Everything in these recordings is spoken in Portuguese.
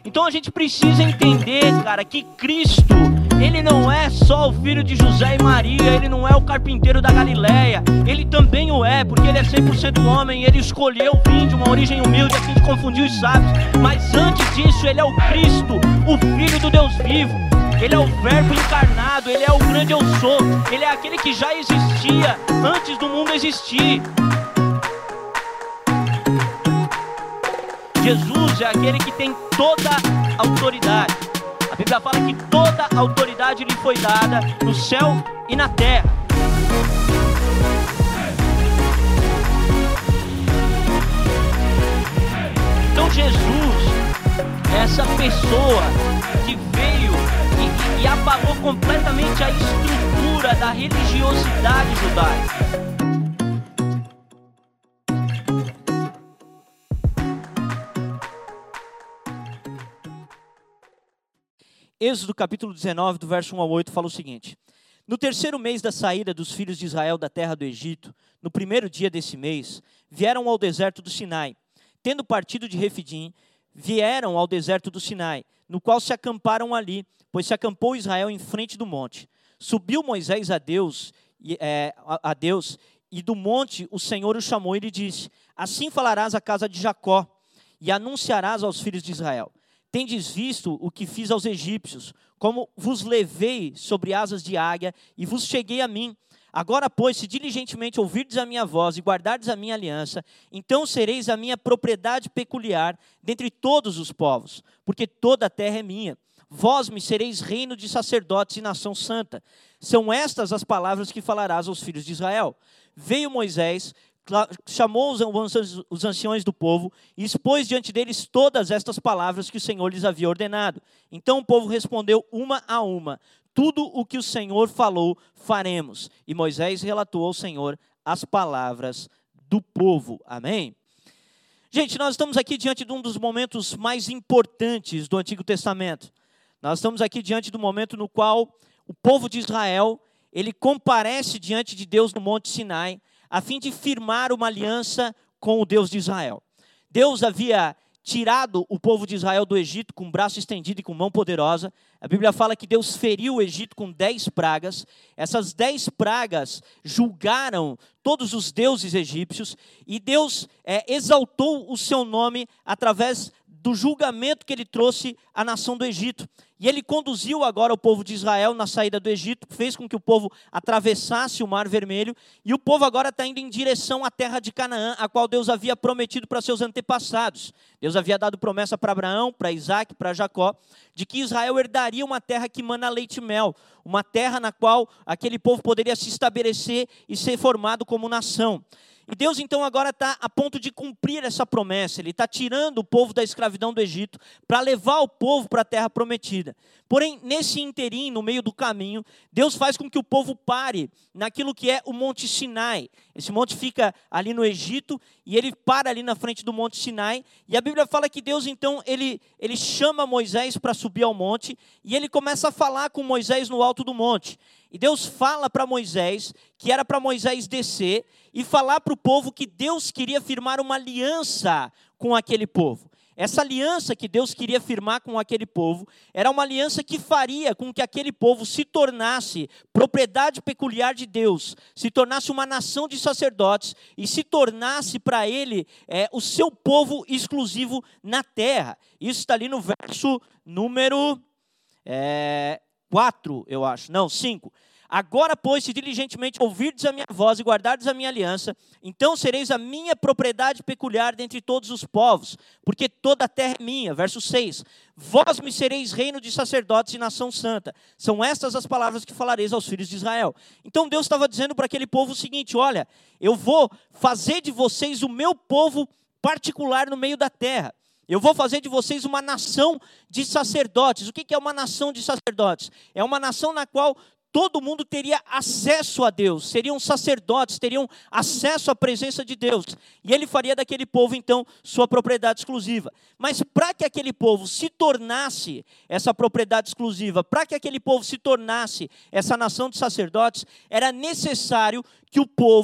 Então a gente precisa entender, cara, que Cristo, Ele não é só o filho de José e Maria, Ele não é o carpinteiro da Galileia, Ele também o é, porque Ele é 100% homem, Ele escolheu vir de uma origem humilde a fim de confundir os sábios, mas antes disso Ele é o Cristo, o Filho do Deus vivo, Ele é o Verbo encarnado, Ele é o grande eu sou, Ele é aquele que já existia antes do mundo existir. Jesus é aquele que tem toda a autoridade. A Bíblia fala que toda a autoridade lhe foi dada no céu e na terra. Então Jesus é essa pessoa que veio e apagou completamente a estrutura da religiosidade judaica. Êxodo capítulo 19, do verso 1 ao 8, fala o seguinte: No terceiro mês da saída dos filhos de Israel da terra do Egito, no primeiro dia desse mês, vieram ao deserto do Sinai. Tendo partido de Refidim, vieram ao deserto do Sinai, no qual se acamparam ali, pois se acampou Israel em frente do monte. Subiu Moisés a Deus, e do monte o Senhor o chamou e lhe disse: Assim falarás à casa de Jacó, e anunciarás aos filhos de Israel: Tendes visto o que fiz aos egípcios, como vos levei sobre asas de águia e vos cheguei a mim. Agora, pois, se diligentemente ouvirdes a minha voz e guardardes a minha aliança, então sereis a minha propriedade peculiar dentre todos os povos, porque toda a terra é minha. Vós me sereis reino de sacerdotes e nação santa. São estas as palavras que falarás aos filhos de Israel. Veio Moisés, chamou os anciões do povo e expôs diante deles todas estas palavras que o Senhor lhes havia ordenado. Então o povo respondeu uma a uma: Tudo o que o Senhor falou, faremos. E Moisés relatou ao Senhor as palavras do povo. Amém? Gente, nós estamos aqui diante de um dos momentos mais importantes do Antigo Testamento. Nós estamos aqui diante do momento no qual o povo de Israel, ele comparece diante de Deus no Monte Sinai, a fim de firmar uma aliança com o Deus de Israel. Deus havia tirado o povo de Israel do Egito com o braço estendido e com mão poderosa. A Bíblia fala que Deus feriu o Egito com 10 pragas. Essas 10 pragas julgaram todos os deuses egípcios e Deus exaltou o seu nome através do julgamento que ele trouxe à nação do Egito. E ele conduziu agora o povo de Israel na saída do Egito, fez com que o povo atravessasse o Mar Vermelho, e o povo agora está indo em direção à terra de Canaã, a qual Deus havia prometido para seus antepassados. Deus havia dado promessa para Abraão, para Isaac, para Jacó, de que Israel herdaria uma terra que mana leite e mel, uma terra na qual aquele povo poderia se estabelecer e ser formado como nação. E Deus então agora está a ponto de cumprir essa promessa. Ele está tirando o povo da escravidão do Egito para levar o povo para a terra prometida. Porém, nesse interim, no meio do caminho, Deus faz com que o povo pare naquilo que é o Monte Sinai. Esse monte fica ali no Egito e ele para ali na frente do Monte Sinai. E a Bíblia fala que Deus então, ele chama Moisés para subir ao monte e ele começa a falar com Moisés no alto do monte. E Deus fala para Moisés que era para Moisés descer e falar para o povo que Deus queria firmar uma aliança com aquele povo. Essa aliança que Deus queria firmar com aquele povo era uma aliança que faria com que aquele povo se tornasse propriedade peculiar de Deus, se tornasse uma nação de sacerdotes e se tornasse para ele o seu povo exclusivo na terra. Isso está ali no verso número 4, eu acho. Não, 5. Agora, pois, se diligentemente ouvirdes a minha voz e guardardes a minha aliança, então sereis a minha propriedade peculiar dentre todos os povos, porque toda a terra é minha. Verso 6. Vós me sereis reino de sacerdotes e nação santa. São estas as palavras que falareis aos filhos de Israel. Então Deus estava dizendo para aquele povo o seguinte: olha, eu vou fazer de vocês o meu povo particular no meio da terra. Eu vou fazer de vocês uma nação de sacerdotes. O que é uma nação de sacerdotes? É uma nação na qual todo mundo teria acesso a Deus, seriam sacerdotes, teriam acesso à presença de Deus. E ele faria daquele povo, então, sua propriedade exclusiva. Mas para que aquele povo se tornasse essa propriedade exclusiva, para que aquele povo se tornasse essa nação de sacerdotes, era necessário que o povo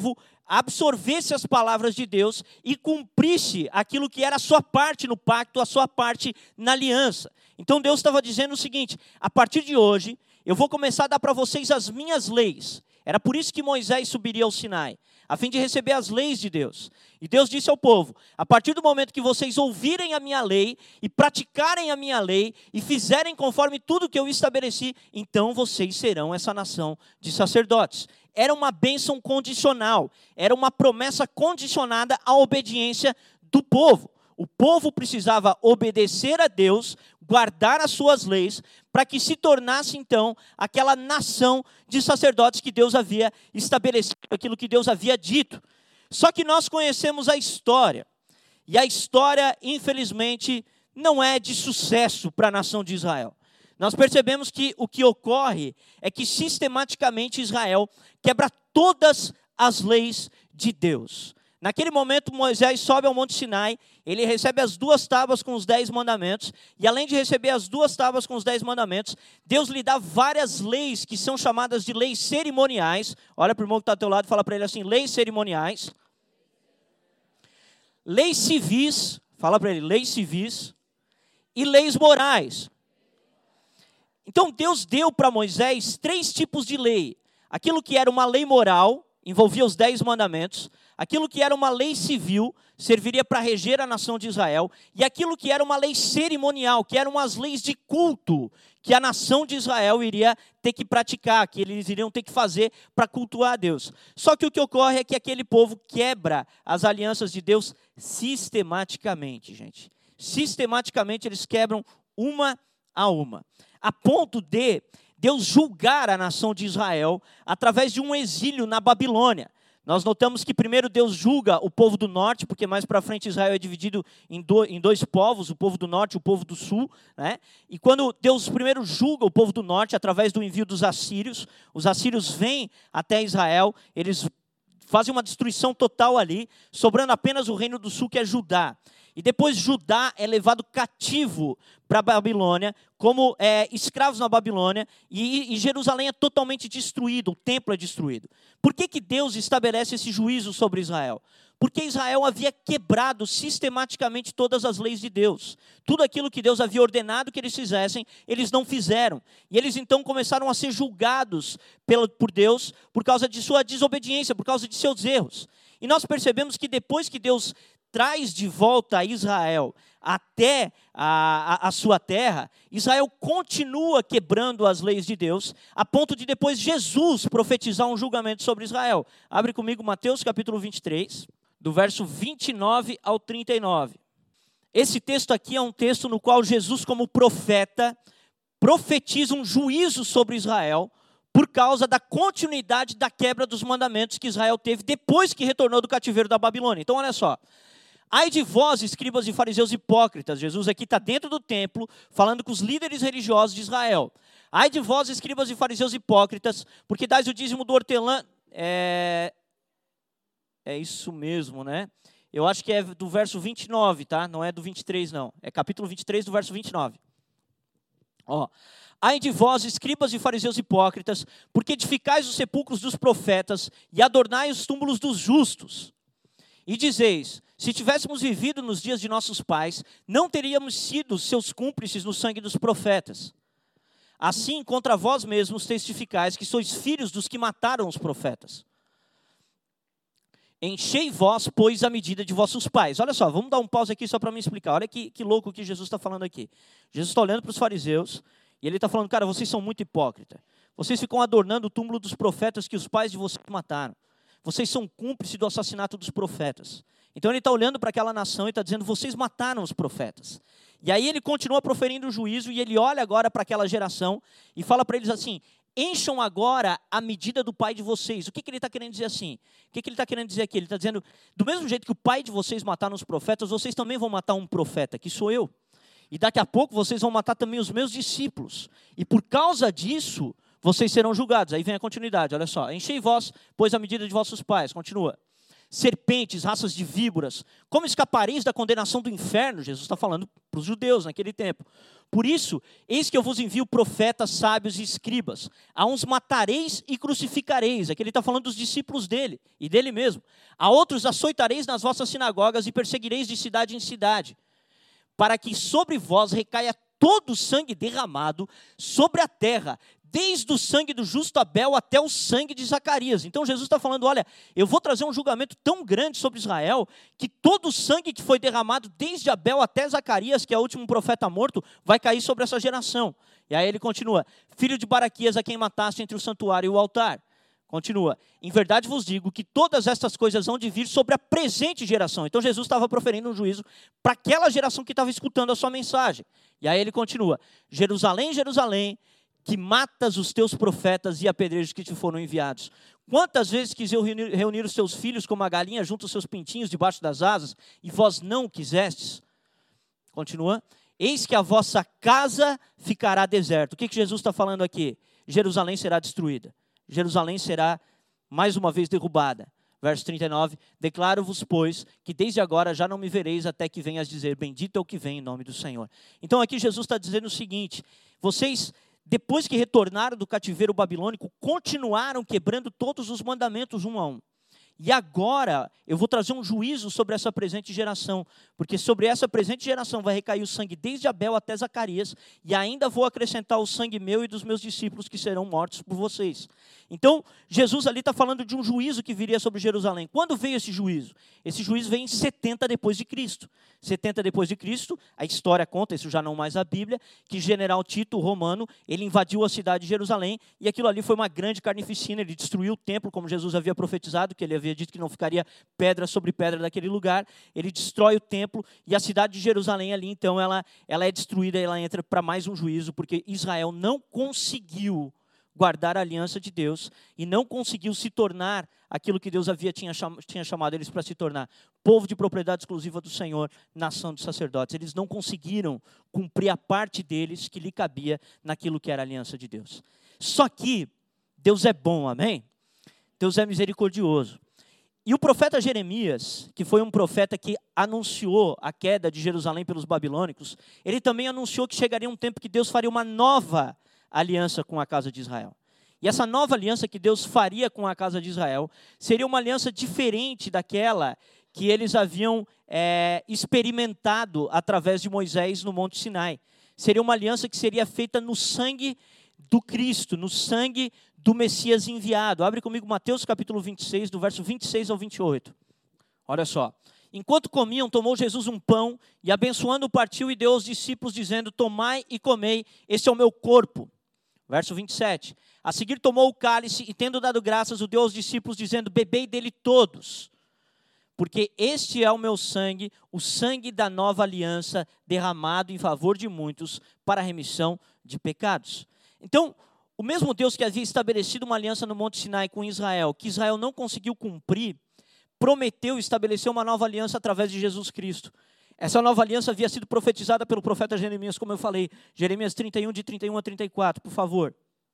absorvesse as palavras de Deus e cumprisse aquilo que era a sua parte no pacto, a sua parte na aliança. Então Deus estava dizendo o seguinte: a partir de hoje, eu vou começar a dar para vocês as minhas leis. Era por isso que Moisés subiria ao Sinai, a fim de receber as leis de Deus. E Deus disse ao povo: a partir do momento que vocês ouvirem a minha lei e praticarem a minha lei e fizerem conforme tudo que eu estabeleci, então vocês serão essa nação de sacerdotes. Era uma bênção condicional, era uma promessa condicionada à obediência do povo. O povo precisava obedecer a Deus, guardar as suas leis, para que se tornasse então aquela nação de sacerdotes que Deus havia estabelecido, aquilo que Deus havia dito. Só que nós conhecemos a história, e a história, infelizmente, não é de sucesso para a nação de Israel. Nós percebemos que o que ocorre é que sistematicamente Israel quebra todas as leis de Deus. Naquele momento, Moisés sobe ao Monte Sinai, ele recebe as 2 tábuas com os 10 mandamentos, e além de receber as 2 tábuas com os 10 mandamentos, Deus lhe dá várias leis que são chamadas de leis cerimoniais. Olha para o irmão que está ao teu lado e fala para ele assim: leis cerimoniais. Leis civis, fala para ele, leis civis. E leis morais. Então Deus deu para Moisés 3 tipos de lei. Aquilo que era uma lei moral, envolvia os 10 mandamentos. Aquilo que era uma lei civil, serviria para reger a nação de Israel. E aquilo que era uma lei cerimonial, que eram as leis de culto, que a nação de Israel iria ter que praticar, que eles iriam ter que fazer para cultuar a Deus. Só que o que ocorre é que aquele povo quebra as alianças de Deus sistematicamente, gente. Sistematicamente eles quebram uma a uma. A ponto de Deus julgar a nação de Israel através de um exílio na Babilônia. Nós notamos que primeiro Deus julga o povo do norte, porque mais para frente Israel é dividido em 2 povos, o povo do norte e o povo do sul, né? E quando Deus primeiro julga o povo do norte através do envio dos assírios, os assírios vêm até Israel, eles fazem uma destruição total ali, sobrando apenas o reino do sul, que é Judá. E depois Judá é levado cativo para a Babilônia, como escravos na Babilônia, e Jerusalém é totalmente destruído, o templo é destruído. Por que Deus estabelece esse juízo sobre Israel? Porque Israel havia quebrado sistematicamente todas as leis de Deus. Tudo aquilo que Deus havia ordenado que eles fizessem, eles não fizeram. E eles então começaram a ser julgados por Deus por causa de sua desobediência, por causa de seus erros. E nós percebemos que depois que Deus traz de volta a Israel até a sua terra, Israel continua quebrando as leis de Deus, a ponto de depois Jesus profetizar um julgamento sobre Israel. Abre comigo Mateus capítulo 23, do verso 29 ao 39. Esse texto aqui é um texto no qual Jesus, como profeta, profetiza um juízo sobre Israel, por causa da continuidade da quebra dos mandamentos que Israel teve depois que retornou do cativeiro da Babilônia. Então olha só: ai de vós, escribas e fariseus hipócritas. Jesus aqui está dentro do templo, falando com os líderes religiosos de Israel. Ai de vós, escribas e fariseus hipócritas, porque dais o dízimo do hortelã. É isso mesmo, né? Eu acho que é do verso 29, tá? Não é do 23, não. É capítulo 23, do verso 29. Ó. Ai de vós, escribas e fariseus hipócritas, porque edificais os sepulcros dos profetas e adornai os túmulos dos justos. E dizeis: se tivéssemos vivido nos dias de nossos pais, não teríamos sido seus cúmplices no sangue dos profetas. Assim, contra vós mesmos testificais que sois filhos dos que mataram os profetas. Enchei vós, pois, a medida de vossos pais. Olha só, vamos dar um pause aqui só para me explicar. Olha que louco que Jesus está falando aqui. Jesus está olhando para os fariseus e ele está falando: cara, vocês são muito hipócritas. Vocês ficam adornando o túmulo dos profetas que os pais de vocês mataram. Vocês são cúmplices do assassinato dos profetas. Então ele está olhando para aquela nação e está dizendo: vocês mataram os profetas. E aí ele continua proferindo o juízo e ele olha agora para aquela geração e fala para eles assim: encham agora a medida do pai de vocês. O que ele está querendo dizer assim? O que ele está querendo dizer aqui? Ele está dizendo: do mesmo jeito que o pai de vocês mataram os profetas, vocês também vão matar um profeta, que sou eu. E daqui a pouco vocês vão matar também os meus discípulos. E por causa disso, vocês serão julgados. Aí vem a continuidade, olha só. Enchei vós, pois, a medida de vossos pais. Continua. serpentes, raças de víboras? Como escapareis da condenação do inferno? Jesus está falando para os judeus naquele tempo. Por isso, eis que eu vos envio profetas, sábios e escribas. A uns matareis e crucificareis. Aqui ele está falando dos discípulos dele e dele mesmo. A outros açoitareis nas vossas sinagogas e perseguireis de cidade em cidade, para que sobre vós recaia todo o sangue derramado sobre a terra, desde o sangue do justo Abel até o sangue de Zacarias. Então Jesus está falando, olha, eu vou trazer um julgamento tão grande sobre Israel, que todo o sangue que foi derramado desde Abel até Zacarias, que é o último profeta morto, vai cair sobre essa geração. E aí ele continua, filho de Baraquias, a quem mataste entre o santuário e o altar. Continua, em verdade vos digo que todas estas coisas hão de vir sobre a presente geração. Então Jesus estava proferindo um juízo para aquela geração que estava escutando a sua mensagem. E aí ele continua, Jerusalém, Jerusalém, que matas os teus profetas e apedrejos que te foram enviados. Quantas vezes quis eu reunir os teus filhos como a galinha junto aos seus pintinhos debaixo das asas, e vós não quisestes? Continua. Eis que a vossa casa ficará deserta. O que Jesus está falando aqui? Jerusalém será destruída. Jerusalém será mais uma vez derrubada. Verso 39, declaro-vos, pois, que desde agora já não me vereis até que venhas dizer, bendito é o que vem em nome do Senhor. Então aqui Jesus está dizendo o seguinte, vocês, depois que retornaram do cativeiro babilônico, continuaram quebrando todos os mandamentos um a um. E agora eu vou trazer um juízo sobre essa presente geração, porque sobre essa presente geração vai recair o sangue desde Abel até Zacarias, e ainda vou acrescentar o sangue meu e dos meus discípulos que serão mortos por vocês. Então, Jesus ali está falando de um juízo que viria sobre Jerusalém. Quando veio esse juízo? Esse juízo veio em 70 depois de Cristo. 70 depois de Cristo, a história conta, isso já não mais a Bíblia, que general Tito, o romano, ele invadiu a cidade de Jerusalém, e aquilo ali foi uma grande carnificina, ele destruiu o templo, como Jesus havia profetizado, que ele havia dito que não ficaria pedra sobre pedra daquele lugar, ele destrói o templo, e a cidade de Jerusalém ali, então, ela é destruída, ela entra para mais um juízo, porque Israel não conseguiu guardar a aliança de Deus, e não conseguiu se tornar aquilo que Deus tinha chamado eles para se tornar, povo de propriedade exclusiva do Senhor, nação de sacerdotes. Eles não conseguiram cumprir a parte deles que lhe cabia naquilo que era a aliança de Deus. Só que Deus é bom, amém? Deus é misericordioso. E o profeta Jeremias, que foi um profeta que anunciou a queda de Jerusalém pelos babilônicos, ele também anunciou que chegaria um tempo que Deus faria uma nova aliança com a casa de Israel. E essa nova aliança que Deus faria com a casa de Israel seria uma aliança diferente daquela que eles haviam experimentado através de Moisés no Monte Sinai. Seria uma aliança que seria feita no sangue do Cristo, no sangue do Messias enviado. Abre comigo Mateus capítulo 26, do verso 26 ao 28. Olha só. Enquanto comiam, tomou Jesus um pão e abençoando partiu e deu aos discípulos dizendo, tomai e comei, este é o meu corpo. Verso 27. A seguir tomou o cálice e tendo dado graças, o deu aos discípulos dizendo, bebei dele todos, porque este é o meu sangue, o sangue da nova aliança, derramado em favor de muitos para a remissão de pecados. Então, o mesmo Deus que havia estabelecido uma aliança no Monte Sinai com Israel, que Israel não conseguiu cumprir, prometeu estabelecer uma nova aliança através de Jesus Cristo. Essa nova aliança havia sido profetizada pelo profeta Jeremias, como eu falei, Jeremias 31, de 31 a 34, por favor.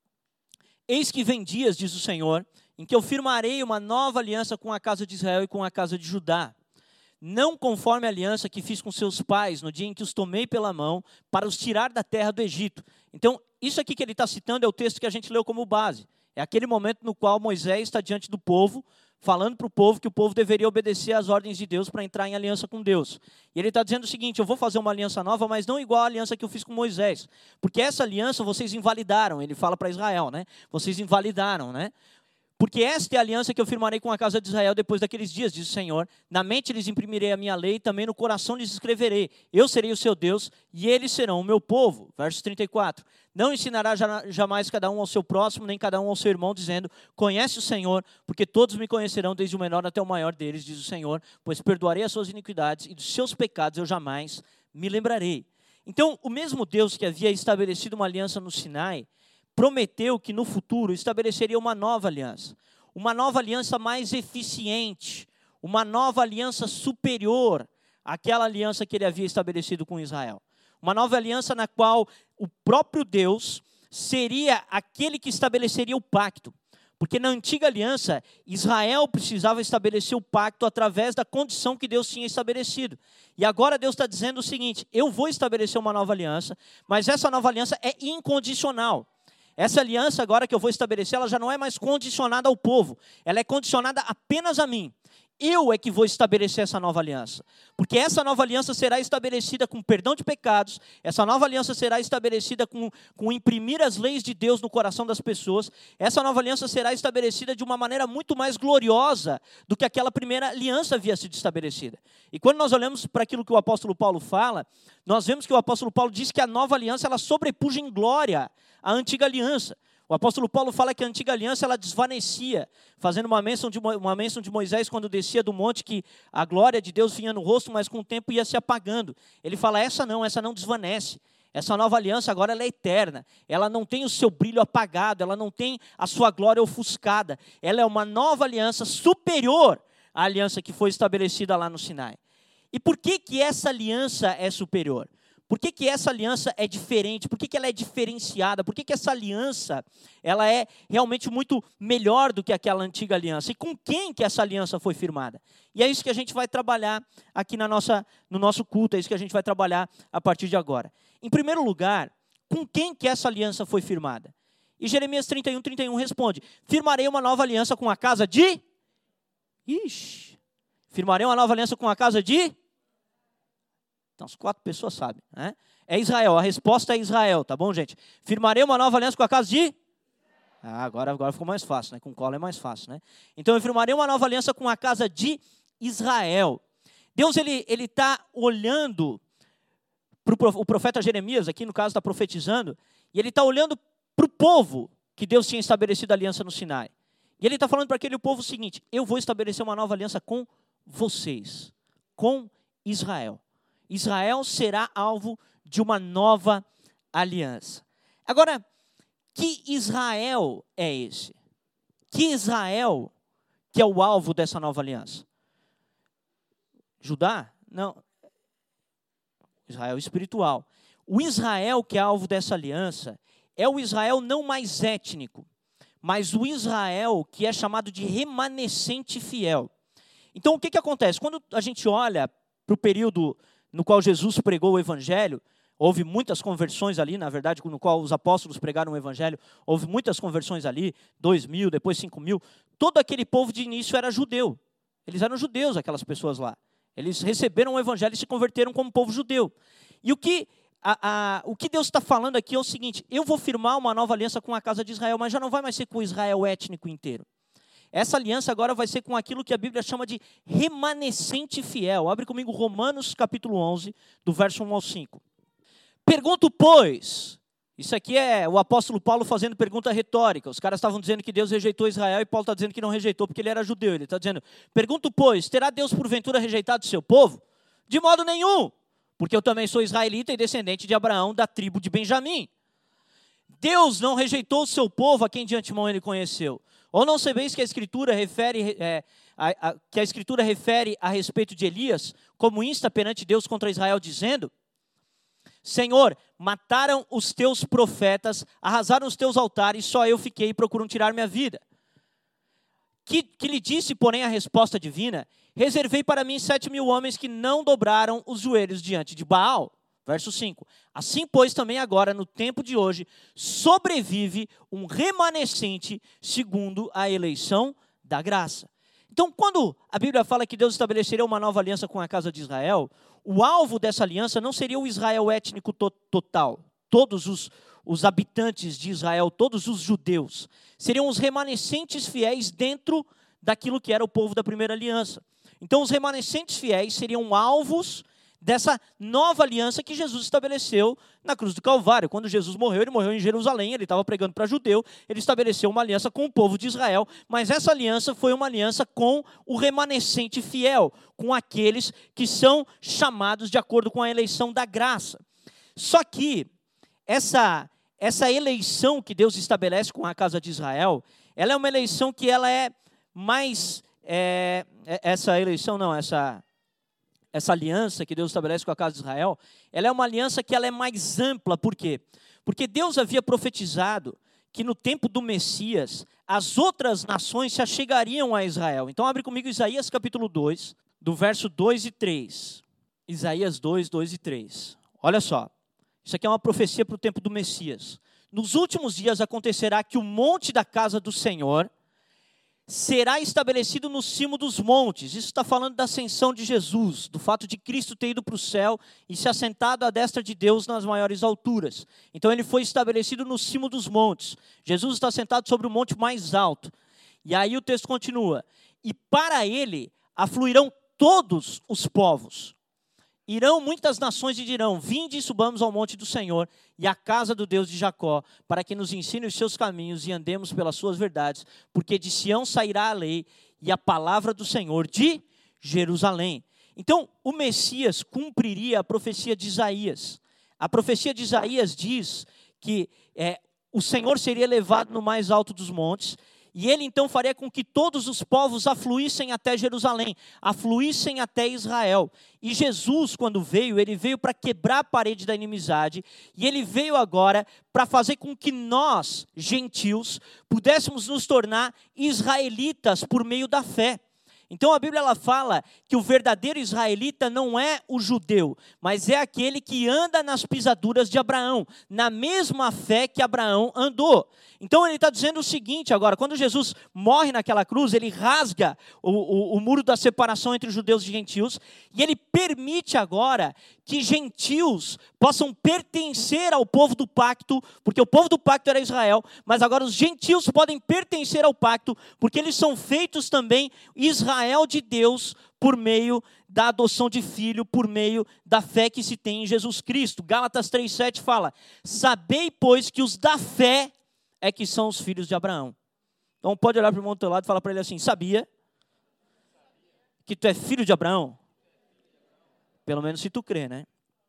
Eis que vem dias, diz o Senhor, em que eu firmarei uma nova aliança com a casa de Israel e com a casa de Judá, não conforme a aliança que fiz com seus pais, no dia em que os tomei pela mão, para os tirar da terra do Egito. Então, isso aqui que ele está citando é o texto que a gente leu como base. É aquele momento no qual Moisés está diante do povo, falando para o povo que o povo deveria obedecer às ordens de Deus para entrar em aliança com Deus. E ele está dizendo o seguinte, eu vou fazer uma aliança nova, mas não igual à aliança que eu fiz com Moisés. Porque essa aliança vocês invalidaram, ele fala para Israel, né? Vocês invalidaram, né? Porque esta é a aliança que eu firmarei com a casa de Israel depois daqueles dias, diz o Senhor. Na mente lhes imprimirei a minha lei, e também no coração lhes escreverei. Eu serei o seu Deus, e eles serão o meu povo. Verso 34. Não ensinará jamais cada um ao seu próximo, nem cada um ao seu irmão, dizendo, conhece o Senhor, porque todos me conhecerão, desde o menor até o maior deles, diz o Senhor, pois perdoarei as suas iniquidades, e dos seus pecados eu jamais me lembrarei. Então, o mesmo Deus que havia estabelecido uma aliança no Sinai, prometeu que no futuro estabeleceria uma nova aliança mais eficiente, uma nova aliança superior àquela aliança que ele havia estabelecido com Israel. Uma nova aliança na qual o próprio Deus seria aquele que estabeleceria o pacto. Porque na antiga aliança, Israel precisava estabelecer o pacto através da condição que Deus tinha estabelecido. E agora Deus está dizendo o seguinte: eu vou estabelecer uma nova aliança, mas essa nova aliança é incondicional. Essa aliança agora que eu vou estabelecer, ela já não é mais condicionada ao povo, ela é condicionada apenas a mim. Eu é que vou estabelecer essa nova aliança. Porque essa nova aliança será estabelecida com perdão de pecados, essa nova aliança será estabelecida com imprimir as leis de Deus no coração das pessoas, essa nova aliança será estabelecida de uma maneira muito mais gloriosa do que aquela primeira aliança havia sido estabelecida. E quando nós olhamos para aquilo que o apóstolo Paulo fala, nós vemos que o apóstolo Paulo diz que a nova aliança ela sobrepuja em glória a antiga aliança. O apóstolo Paulo fala que a antiga aliança ela desvanecia, fazendo uma menção de Moisés quando descia do monte, que a glória de Deus vinha no rosto, mas com o tempo ia se apagando. Ele fala, essa não desvanece. Essa nova aliança agora ela é eterna, ela não tem o seu brilho apagado, ela não tem a sua glória ofuscada. Ela é uma nova aliança superior à aliança que foi estabelecida lá no Sinai. E por que essa aliança é superior? Por que essa aliança é diferente? Por que ela é diferenciada? Por que essa aliança ela é realmente muito melhor do que aquela antiga aliança? E com quem que essa aliança foi firmada? E é isso que a gente vai trabalhar aqui no nosso culto, é isso que a gente vai trabalhar a partir de agora. Em primeiro lugar, com quem que essa aliança foi firmada? E Jeremias 31 responde, firmarei uma nova aliança com a casa de... Firmarei uma nova aliança com a casa de... Então, as 4 pessoas sabem, né? É Israel, a resposta é Israel, tá bom, gente? Firmarei uma nova aliança com a casa de... agora ficou mais fácil, né? Com cola é mais fácil, né? Então, eu firmarei uma nova aliança com a casa de Israel. Deus, ele está olhando para o profeta Jeremias, aqui no caso está profetizando, e ele está olhando para o povo que Deus tinha estabelecido a aliança no Sinai. E ele está falando para aquele povo o seguinte, eu vou estabelecer uma nova aliança com vocês, com Israel. Israel será alvo de uma nova aliança. Agora, que Israel é esse? Que Israel que é o alvo dessa nova aliança? Judá? Não. Israel espiritual. O Israel que é alvo dessa aliança é o Israel não mais étnico, mas o Israel que é chamado de remanescente fiel. Então, o que acontece? Quando a gente olha para o período no qual Jesus pregou o Evangelho, houve muitas conversões ali, na verdade, no qual os apóstolos pregaram o Evangelho, houve muitas conversões ali, 2.000, depois 5.000. Todo aquele povo de início era judeu. Eles eram judeus, aquelas pessoas lá. Eles receberam o Evangelho e se converteram como povo judeu. E o que Deus está falando aqui é o seguinte, eu vou firmar uma nova aliança com a casa de Israel, mas já não vai mais ser com o Israel étnico inteiro. Essa aliança agora vai ser com aquilo que a Bíblia chama de remanescente fiel. Abre comigo Romanos capítulo 11, do verso 1 ao 5. Pergunto, pois, isso aqui é o apóstolo Paulo fazendo pergunta retórica. Os caras estavam dizendo que Deus rejeitou Israel e Paulo está dizendo que não rejeitou porque ele era judeu. Ele está dizendo, pergunto, pois, terá Deus porventura rejeitado o seu povo? De modo nenhum, porque eu também sou israelita e descendente de Abraão, da tribo de Benjamim. Deus não rejeitou o seu povo a quem de antemão ele conheceu. Ou não sabeis que a Escritura refere a respeito de Elias, como insta perante Deus contra Israel, dizendo, Senhor, mataram os teus profetas, arrasaram os teus altares, só eu fiquei e procuram tirar minha vida. Que lhe disse, porém, a resposta divina, reservei para mim 7.000 homens que não dobraram os joelhos diante de Baal. Verso 5. Assim, pois, também agora, no tempo de hoje, sobrevive um remanescente segundo a eleição da graça. Então, quando a Bíblia fala que Deus estabeleceria uma nova aliança com a casa de Israel, o alvo dessa aliança não seria o Israel étnico total, todos os habitantes de Israel, todos os judeus. Seriam os remanescentes fiéis dentro daquilo que era o povo da primeira aliança. Então, os remanescentes fiéis seriam alvos dessa nova aliança que Jesus estabeleceu na cruz do Calvário. Quando Jesus morreu, ele morreu em Jerusalém, ele estava pregando para judeu, ele estabeleceu uma aliança com o povo de Israel, mas essa aliança foi uma aliança com o remanescente fiel, com aqueles que são chamados de acordo com a eleição da graça. Só que essa eleição que Deus estabelece com a casa de Israel, ela é uma eleição que ela é mais... Essa aliança que Deus estabelece com a casa de Israel, ela é uma aliança que ela é mais ampla. Por quê? Porque Deus havia profetizado que no tempo do Messias, as outras nações se achegariam a Israel. Então abre comigo Isaías capítulo 2, do verso 2 e 3. Isaías 2, 2 e 3. Olha só, isso aqui é uma profecia para o tempo do Messias. Nos últimos dias acontecerá que o monte da casa do Senhor será estabelecido no cimo dos montes. Isso está falando da ascensão de Jesus, do fato de Cristo ter ido para o céu e se assentado à destra de Deus nas maiores alturas. Então ele foi estabelecido no cimo dos montes. Jesus está sentado sobre o monte mais alto. E aí o texto continua. E para ele afluirão todos os povos. Irão muitas nações e dirão: vinde e subamos ao monte do Senhor e à casa do Deus de Jacó, para que nos ensine os seus caminhos e andemos pelas suas verdades, porque de Sião sairá a lei e a palavra do Senhor de Jerusalém. Então, o Messias cumpriria a profecia de Isaías. A profecia de Isaías diz que o Senhor seria levado no mais alto dos montes, e ele então faria com que todos os povos afluíssem até Jerusalém, afluíssem até Israel. E Jesus, quando veio, ele veio para quebrar a parede da inimizade, e ele veio agora para fazer com que nós, gentios, pudéssemos nos tornar israelitas por meio da fé. Então a Bíblia ela fala que o verdadeiro israelita não é o judeu, mas é aquele que anda nas pisaduras de Abraão, na mesma fé que Abraão andou. Então ele está dizendo o seguinte agora: quando Jesus morre naquela cruz, ele rasga o muro da separação entre judeus e gentios, e ele permite agora que gentios possam pertencer ao povo do pacto, porque o povo do pacto era Israel, mas agora os gentios podem pertencer ao pacto, porque eles são feitos também Israel de Deus por meio da adoção de filho, por meio da fé que se tem em Jesus Cristo. Gálatas 3,7 fala: sabei, pois, que os da fé é que são os filhos de Abraão. Então pode olhar para o irmão do teu lado e falar para ele assim: sabia que tu é filho de Abraão? Pelo menos se tu crê, né?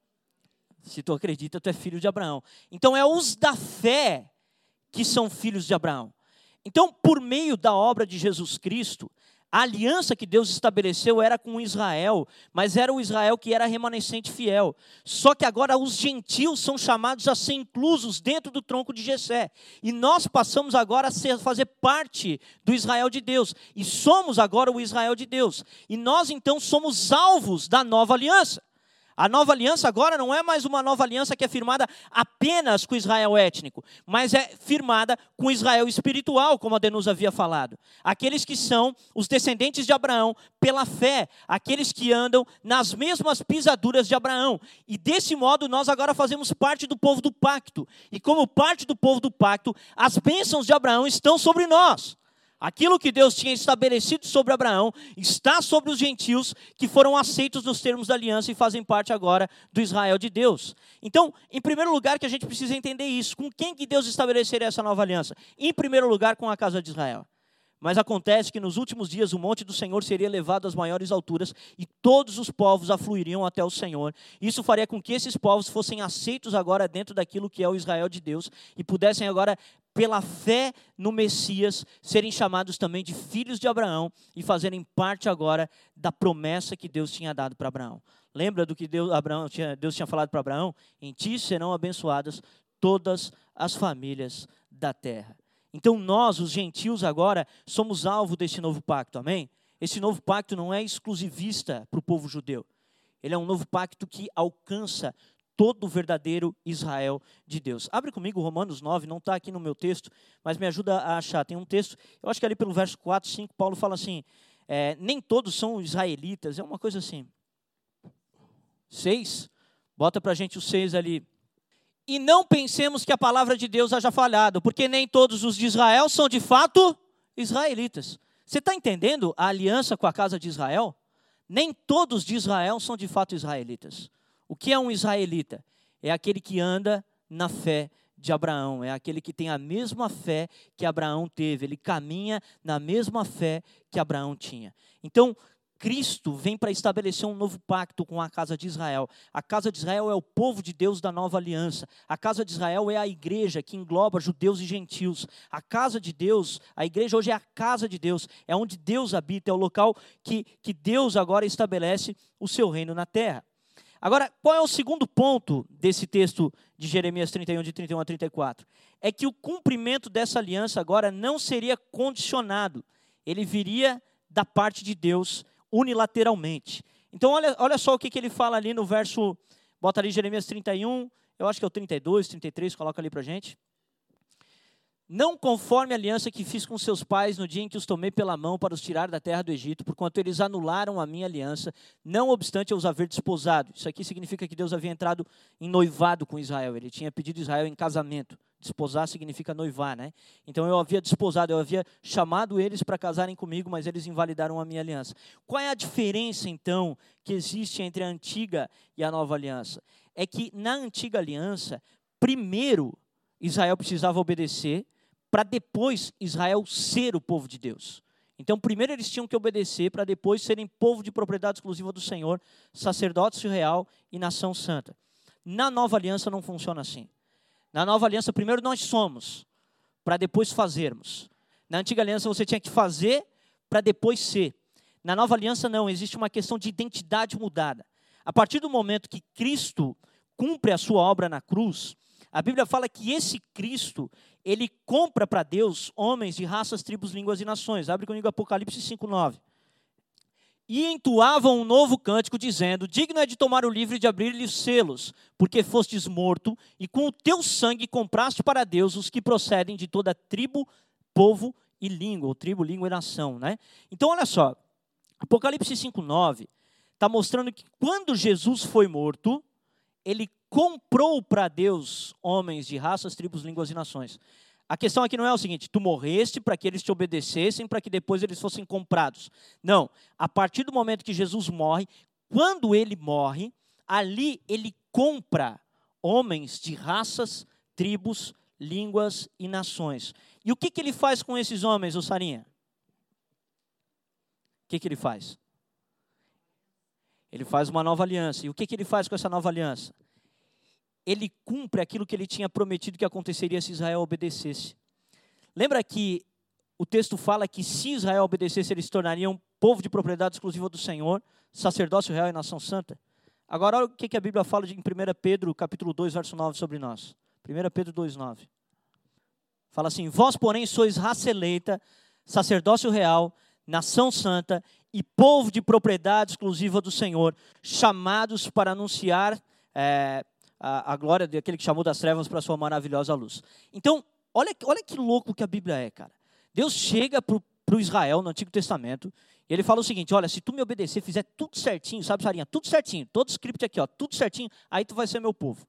Se tu acredita, tu é filho de Abraão. Então é os da fé que são filhos de Abraão. Então, por meio da obra de Jesus Cristo, a aliança que Deus estabeleceu era com Israel, mas era o Israel que era remanescente fiel. Só que agora os gentios são chamados a ser inclusos dentro do tronco de Jessé. E nós passamos agora a fazer parte do Israel de Deus. E somos agora o Israel de Deus. E nós então somos alvos da nova aliança. A nova aliança agora não é mais uma nova aliança que é firmada apenas com Israel étnico, mas é firmada com Israel espiritual, como a Denus havia falado. Aqueles que são os descendentes de Abraão pela fé, aqueles que andam nas mesmas pisaduras de Abraão. E desse modo nós agora fazemos parte do povo do pacto. E como parte do povo do pacto, as bênçãos de Abraão estão sobre nós. Aquilo que Deus tinha estabelecido sobre Abraão está sobre os gentios que foram aceitos nos termos da aliança e fazem parte agora do Israel de Deus. Então, em primeiro lugar, que a gente precisa entender isso. Com quem que Deus estabeleceria essa nova aliança? Em primeiro lugar, com a casa de Israel. Mas acontece que nos últimos dias o monte do Senhor seria levado às maiores alturas e todos os povos afluiriam até o Senhor. Isso faria com que esses povos fossem aceitos agora dentro daquilo que é o Israel de Deus e pudessem agora, pela fé no Messias, serem chamados também de filhos de Abraão e fazerem parte agora da promessa que Deus tinha dado para Abraão. Lembra do que Deus tinha falado para Abraão? Em ti serão abençoadas todas as famílias da terra. Então nós, os gentios agora, somos alvo desse novo pacto, amém? Esse novo pacto não é exclusivista para o povo judeu. Ele é um novo pacto que alcança todo o verdadeiro Israel de Deus. Abre comigo Romanos 9, não está aqui no meu texto, mas me ajuda a achar. Tem um texto, eu acho que ali pelo verso 4, 5, Paulo fala assim, nem todos são israelitas, é uma coisa assim. 6, bota para a gente o 6 ali. E não pensemos que a palavra de Deus haja falhado, porque nem todos os de Israel são de fato israelitas. Você está entendendo a aliança com a casa de Israel? Nem todos de Israel são de fato israelitas. O que é um israelita? É aquele que anda na fé de Abraão, é aquele que tem a mesma fé que Abraão teve, ele caminha na mesma fé que Abraão tinha. Então, Cristo vem para estabelecer um novo pacto com a casa de Israel. A casa de Israel é o povo de Deus da nova aliança. A casa de Israel é a igreja que engloba judeus e gentios. A casa de Deus, a igreja hoje é a casa de Deus. É onde Deus habita, é o local que Deus agora estabelece o seu reino na terra. Agora, qual é o segundo ponto desse texto de Jeremias 31, de 31 a 34? É que o cumprimento dessa aliança agora não seria condicionado. Ele viria da parte de Deus unilateralmente. Então, olha só o que ele fala ali no verso, bota ali Jeremias 31, eu acho que é o 32, 33, coloca ali para a gente. Não conforme a aliança que fiz com seus pais no dia em que os tomei pela mão para os tirar da terra do Egito, porquanto eles anularam a minha aliança, não obstante eu os haver desposado. Isso aqui significa que Deus havia entrado em noivado com Israel, ele tinha pedido Israel em casamento. Desposar significa noivar, né? Então eu havia desposado, eu havia chamado eles para casarem comigo, mas eles invalidaram a minha aliança. Qual é a diferença, então, que existe entre a antiga e a nova aliança? É que na antiga aliança, primeiro Israel precisava obedecer, para depois Israel ser o povo de Deus. Então, primeiro eles tinham que obedecer, para depois serem povo de propriedade exclusiva do Senhor, sacerdócio real e nação santa. Na nova aliança não funciona assim. Na nova aliança, primeiro nós somos, para depois fazermos. Na antiga aliança você tinha que fazer, para depois ser. Na nova aliança não, existe uma questão de identidade mudada. A partir do momento que Cristo cumpre a sua obra na cruz, a Bíblia fala que esse Cristo, ele compra para Deus homens de raças, tribos, línguas e nações. Abre comigo Apocalipse 5:9. E entoavam um novo cântico, dizendo: digno é de tomar o livro e de abrir-lhe os selos, porque fostes morto, e com o teu sangue compraste para Deus os que procedem de toda tribo, povo e língua, ou tribo, língua e nação, né? Então, olha só, Apocalipse 5:9 está mostrando que quando Jesus foi morto, ele comprou para Deus homens de raças, tribos, línguas e nações. A questão aqui não é o seguinte: tu morreste para que eles te obedecessem, para que depois eles fossem comprados. Não, a partir do momento que Jesus morre, quando ele morre, ali ele compra homens de raças, tribos, línguas e nações. E o que ele faz com esses homens, ô Sarinha? O que ele faz? Ele faz uma nova aliança. E o que ele faz com essa nova aliança? Ele cumpre aquilo que ele tinha prometido que aconteceria se Israel obedecesse. Lembra que o texto fala que se Israel obedecesse, eles se tornariam povo de propriedade exclusiva do Senhor, sacerdócio real e nação santa? Agora olha o que a Bíblia fala em 1 Pedro, capítulo 2, verso 9 sobre nós. 1 Pedro 2, 9. Fala assim: vós, porém, sois raça eleita, sacerdócio real, nação santa e povo de propriedade exclusiva do Senhor, chamados para anunciar a glória daquele que chamou das trevas para a sua maravilhosa luz. Então, olha que louco que a Bíblia é, cara. Deus chega para o Israel no Antigo Testamento, e ele fala o seguinte: olha, se tu me obedecer, fizer tudo certinho, sabe, Sarinha? Tudo certinho, todo o script aqui, ó, tudo certinho, aí tu vai ser meu povo.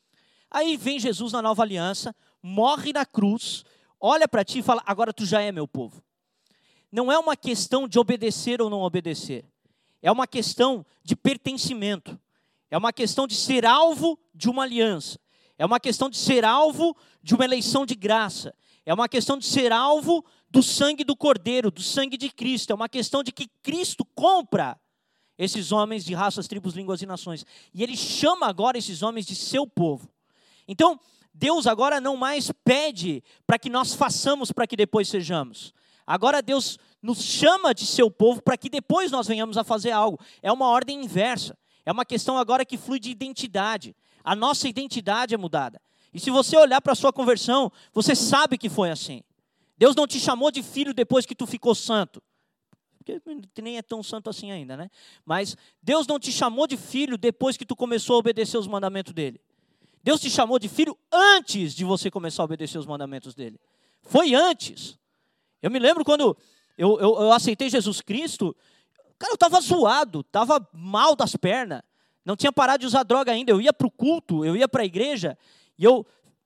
Aí vem Jesus na nova aliança, morre na cruz, olha para ti e fala: agora tu já é meu povo. Não é uma questão de obedecer ou não obedecer, é uma questão de pertencimento. É uma questão de ser alvo de uma aliança. É uma questão de ser alvo de uma eleição de graça. É uma questão de ser alvo do sangue do Cordeiro, do sangue de Cristo. É uma questão de que Cristo compra esses homens de raças, tribos, línguas e nações. E ele chama agora esses homens de seu povo. Então, Deus agora não mais pede para que nós façamos para que depois sejamos. Agora Deus nos chama de seu povo para que depois nós venhamos a fazer algo. É uma ordem inversa. É uma questão agora que flui de identidade. A nossa identidade é mudada. E se você olhar para a sua conversão, você sabe que foi assim. Deus não te chamou de filho depois que tu ficou santo. Porque nem é tão santo assim ainda, né? Mas Deus não te chamou de filho depois que tu começou a obedecer os mandamentos dele. Deus te chamou de filho antes de você começar a obedecer os mandamentos dele. Foi antes. Eu me lembro quando eu aceitei Jesus Cristo. Cara, eu estava zoado, estava mal das pernas, não tinha parado de usar droga ainda. Eu ia para o culto, eu ia para a igreja, e eu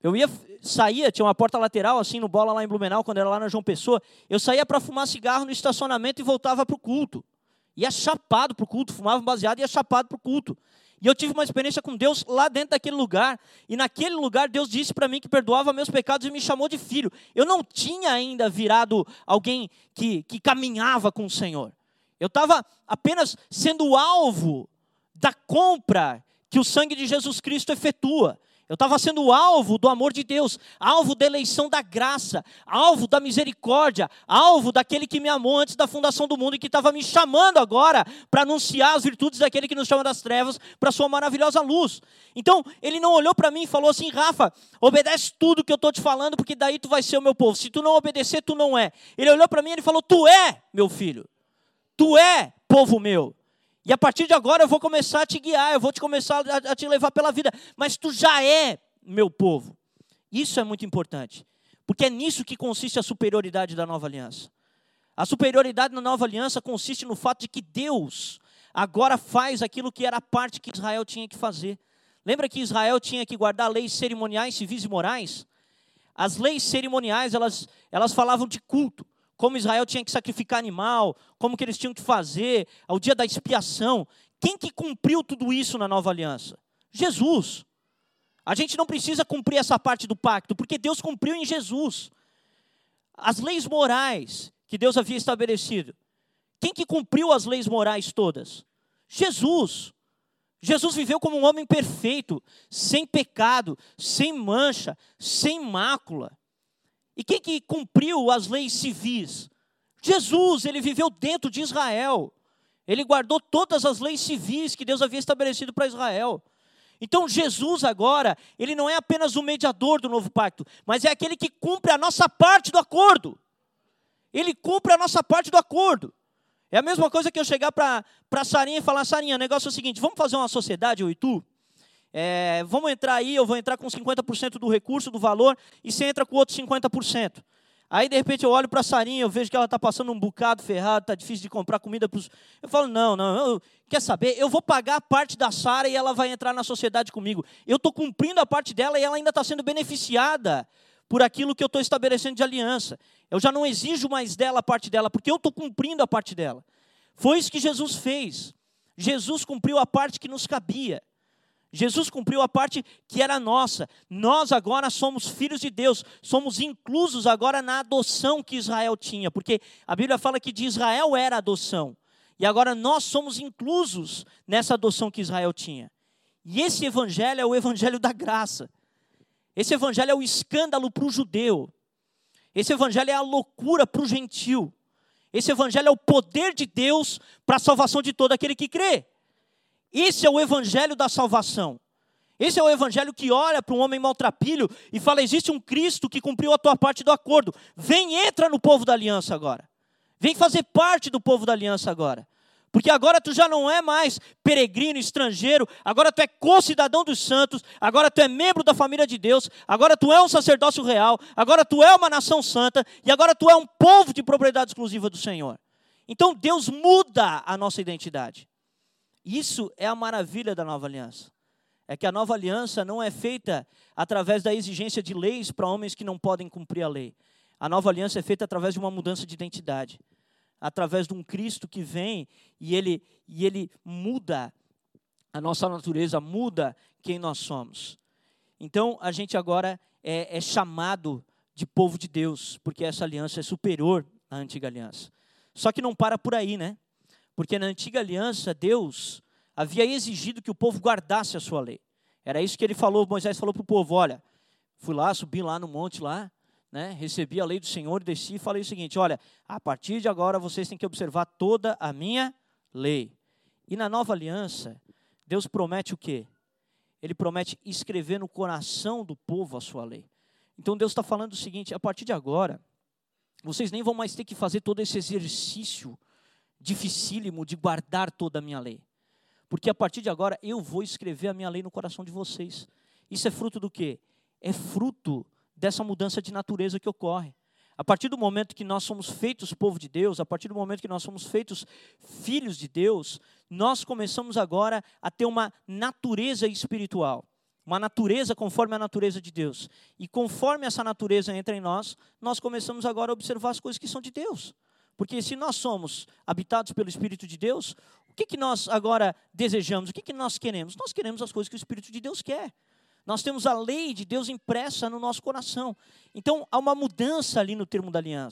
saía, tinha uma porta lateral assim no Bola lá em Blumenau, quando era lá na João Pessoa, eu saía para fumar cigarro no estacionamento e voltava para o culto. Ia chapado para o culto, fumava baseado e ia chapado para o culto. E eu tive uma experiência com Deus lá dentro daquele lugar, e naquele lugar Deus disse para mim que perdoava meus pecados e me chamou de filho. Eu não tinha ainda virado alguém que caminhava com o Senhor. Eu estava apenas sendo alvo da compra que o sangue de Jesus Cristo efetua. Eu estava sendo alvo do amor de Deus, alvo da eleição da graça, alvo da misericórdia, alvo daquele que me amou antes da fundação do mundo e que estava me chamando agora para anunciar as virtudes daquele que nos chama das trevas para a sua maravilhosa luz. Então, ele não olhou para mim e falou assim: Rafa, obedece tudo que eu estou te falando, porque daí tu vai ser o meu povo. Se tu não obedecer, tu não é. Ele olhou para mim e ele falou: tu é meu filho, tu é povo meu. E a partir de agora eu vou começar a te guiar, eu vou começar a te levar pela vida. Mas tu já é meu povo. Isso é muito importante. Porque é nisso que consiste a superioridade da nova aliança. A superioridade da nova aliança consiste no fato de que Deus agora faz aquilo que era a parte que Israel tinha que fazer. Lembra que Israel tinha que guardar leis cerimoniais, civis e morais? As leis cerimoniais, elas falavam de culto. Como Israel tinha que sacrificar animal, como que eles tinham que fazer, ao dia da expiação. Quem que cumpriu tudo isso na nova aliança? Jesus. A gente não precisa cumprir essa parte do pacto, porque Deus cumpriu em Jesus. As leis morais que Deus havia estabelecido. Quem que cumpriu as leis morais todas? Jesus. Jesus viveu como um homem perfeito, sem pecado, sem mancha, sem mácula. E quem que cumpriu as leis civis? Jesus, ele viveu dentro de Israel. Ele guardou todas as leis civis que Deus havia estabelecido para Israel. Então Jesus agora, ele não é apenas o mediador do novo pacto, mas é aquele que cumpre a nossa parte do acordo. Ele cumpre a nossa parte do acordo. É a mesma coisa que eu chegar para Sarinha e falar: Sarinha, o negócio é o seguinte, vamos fazer uma sociedade, eu e tu? Vamos entrar aí, eu vou entrar com 50% do recurso, do valor, e você entra com o outro 50%. Aí, de repente, eu olho para a Sarinha, eu vejo que ela está passando um bocado ferrado, está difícil de comprar comida para os... Eu falo: não, quer saber? Eu vou pagar a parte da Sara e ela vai entrar na sociedade comigo. Eu estou cumprindo a parte dela e ela ainda está sendo beneficiada por aquilo que eu estou estabelecendo de aliança. Eu já não exijo mais dela a parte dela, porque eu estou cumprindo a parte dela. Foi isso que Jesus fez. Jesus cumpriu a parte que nos cabia. Jesus cumpriu a parte que era nossa. Nós agora somos filhos de Deus. Somos inclusos agora na adoção que Israel tinha. Porque a Bíblia fala que de Israel era a adoção. E agora nós somos inclusos nessa adoção que Israel tinha. E esse evangelho é o evangelho da graça. Esse evangelho é o escândalo para o judeu. Esse evangelho é a loucura para o gentil. Esse evangelho é o poder de Deus para a salvação de todo aquele que crê. Esse é o evangelho da salvação. Esse é o evangelho que olha para um homem maltrapilho e fala: existe um Cristo que cumpriu a tua parte do acordo. Vem, entra no povo da aliança agora. Vem fazer parte do povo da aliança agora. Porque agora tu já não é mais peregrino, estrangeiro, agora tu é co-cidadão dos santos, agora tu é membro da família de Deus, agora tu é um sacerdócio real, agora tu é uma nação santa e agora tu é um povo de propriedade exclusiva do Senhor. Então Deus muda a nossa identidade. Isso é a maravilha da nova aliança. É que a nova aliança não é feita através da exigência de leis para homens que não podem cumprir a lei. A nova aliança é feita através de uma mudança de identidade. Através de um Cristo que vem e ele muda a nossa natureza, muda quem nós somos. Então, a gente agora é chamado de povo de Deus, porque essa aliança é superior à antiga aliança. Só que não para por aí, né? Porque na antiga aliança, Deus havia exigido que o povo guardasse a sua lei. Era isso que ele falou, Moisés falou para o povo: olha, fui lá, subi lá no monte lá, né, recebi a lei do Senhor, desci e falei o seguinte: olha, a partir de agora vocês têm que observar toda a minha lei. E na nova aliança, Deus promete o quê? Ele promete escrever no coração do povo a sua lei. Então Deus está falando o seguinte: a partir de agora, vocês nem vão mais ter que fazer todo esse exercício dificílimo de guardar toda a minha lei. Porque a partir de agora eu vou escrever a minha lei no coração de vocês. Isso é fruto do quê? É fruto dessa mudança de natureza que ocorre. A partir do momento que nós somos feitos povo de Deus, a partir do momento que nós somos feitos filhos de Deus, nós começamos agora a ter uma natureza espiritual. Uma natureza conforme a natureza de Deus. E conforme essa natureza entra em nós, nós começamos agora a observar as coisas que são de Deus. Porque se nós somos habitados pelo Espírito de Deus, o que nós agora desejamos? O que nós queremos? Nós queremos as coisas que o Espírito de Deus quer. Nós temos a lei de Deus impressa no nosso coração. Então, há uma mudança ali no termo da aliança.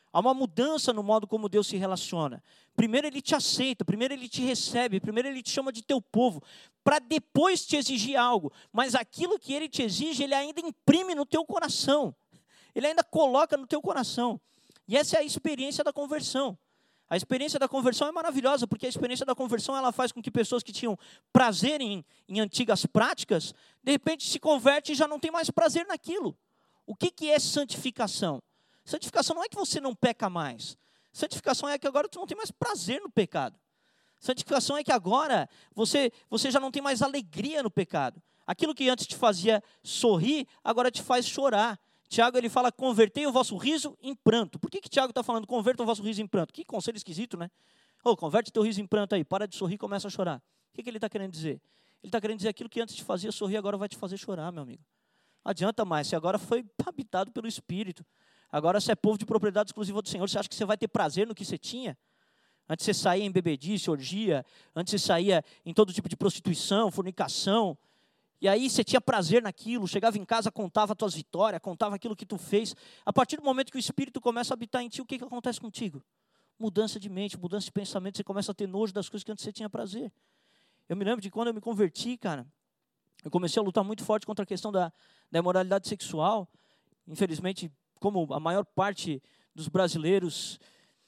Há uma mudança no modo como Deus se relaciona. Primeiro Ele te aceita, primeiro Ele te recebe, primeiro Ele te chama de teu povo, para depois te exigir algo. Mas aquilo que Ele te exige, Ele ainda imprime no teu coração. Ele ainda coloca no teu coração. E essa é a experiência da conversão. A experiência da conversão é maravilhosa, porque a experiência da conversão ela faz com que pessoas que tinham prazer em antigas práticas, de repente se convertem e já não tem mais prazer naquilo. O que é santificação? Santificação não é que você não peca mais. Santificação é que agora tu não tem mais prazer no pecado. Santificação é que agora você já não tem mais alegria no pecado. Aquilo que antes te fazia sorrir, agora te faz chorar. Tiago, ele fala, convertei o vosso riso em pranto. Por que Tiago está falando, converta o vosso riso em pranto? Que conselho esquisito, né? Converte teu riso em pranto aí, para de sorrir e começa a chorar. O que ele está querendo dizer? Ele está querendo dizer aquilo que antes te fazia sorrir, agora vai te fazer chorar, meu amigo. Não adianta mais, você agora foi habitado pelo Espírito. Agora você é povo de propriedade exclusiva do Senhor. Você acha que você vai ter prazer no que você tinha? Antes você saía em bebedice, orgia, antes você saía em todo tipo de prostituição, fornicação. E aí você tinha prazer naquilo, chegava em casa, contava as tuas vitórias, contava aquilo que tu fez. A partir do momento que o Espírito começa a habitar em ti, o que acontece contigo? Mudança de mente, mudança de pensamento, você começa a ter nojo das coisas que antes você tinha prazer. Eu me lembro de quando eu me converti, cara, eu comecei a lutar muito forte contra a questão da imoralidade sexual. Infelizmente, como a maior parte dos brasileiros,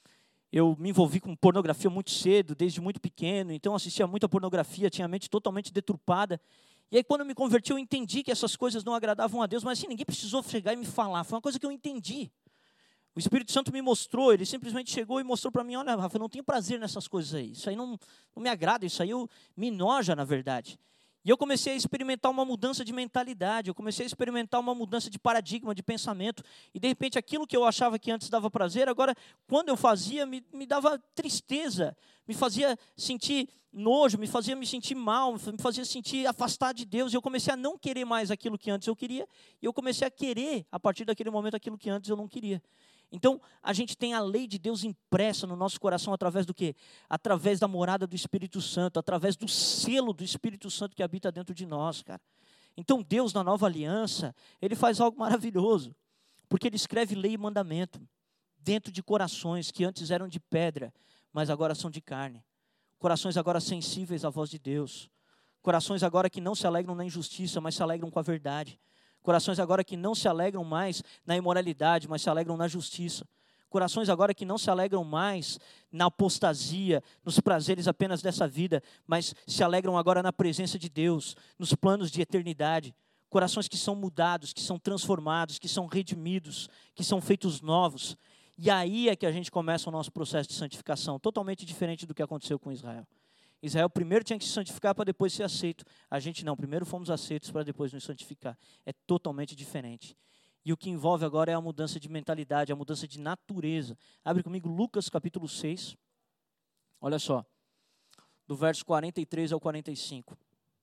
eu me envolvi com pornografia muito cedo, desde muito pequeno, então assistia muita pornografia, tinha a mente totalmente deturpada. E aí quando eu me converti, eu entendi que essas coisas não agradavam a Deus, mas assim, ninguém precisou chegar e me falar, foi uma coisa que eu entendi. O Espírito Santo me mostrou, ele simplesmente chegou e mostrou para mim, olha, Rafa, eu não tenho prazer nessas coisas aí, isso aí não me agrada, isso aí me enoja, na verdade. E eu comecei a experimentar uma mudança de mentalidade, eu comecei a experimentar uma mudança de paradigma, de pensamento, e de repente aquilo que eu achava que antes dava prazer, agora quando eu fazia me dava tristeza, me fazia sentir nojo, me fazia me sentir mal, me fazia sentir afastado de Deus, e eu comecei a não querer mais aquilo que antes eu queria, e eu comecei a querer, a partir daquele momento, aquilo que antes eu não queria. Então, a gente tem a lei de Deus impressa no nosso coração através do quê? Através da morada do Espírito Santo, através do selo do Espírito Santo que habita dentro de nós, cara. Então, Deus, na nova aliança, Ele faz algo maravilhoso, porque Ele escreve lei e mandamento dentro de corações que antes eram de pedra, mas agora são de carne. Corações agora sensíveis à voz de Deus. Corações agora que não se alegram na injustiça, mas se alegram com a verdade. Corações agora que não se alegram mais na imoralidade, mas se alegram na justiça. Corações agora que não se alegram mais na apostasia, nos prazeres apenas dessa vida, mas se alegram agora na presença de Deus, nos planos de eternidade. Corações que são mudados, que são transformados, que são redimidos, que são feitos novos. E aí é que a gente começa o nosso processo de santificação, totalmente diferente do que aconteceu com Israel. Israel primeiro tinha que se santificar para depois ser aceito. A gente não, primeiro fomos aceitos para depois nos santificar. É totalmente diferente. E o que envolve agora é a mudança de mentalidade, a mudança de natureza. Abre comigo Lucas capítulo 6. Olha só, do verso 43 ao 45.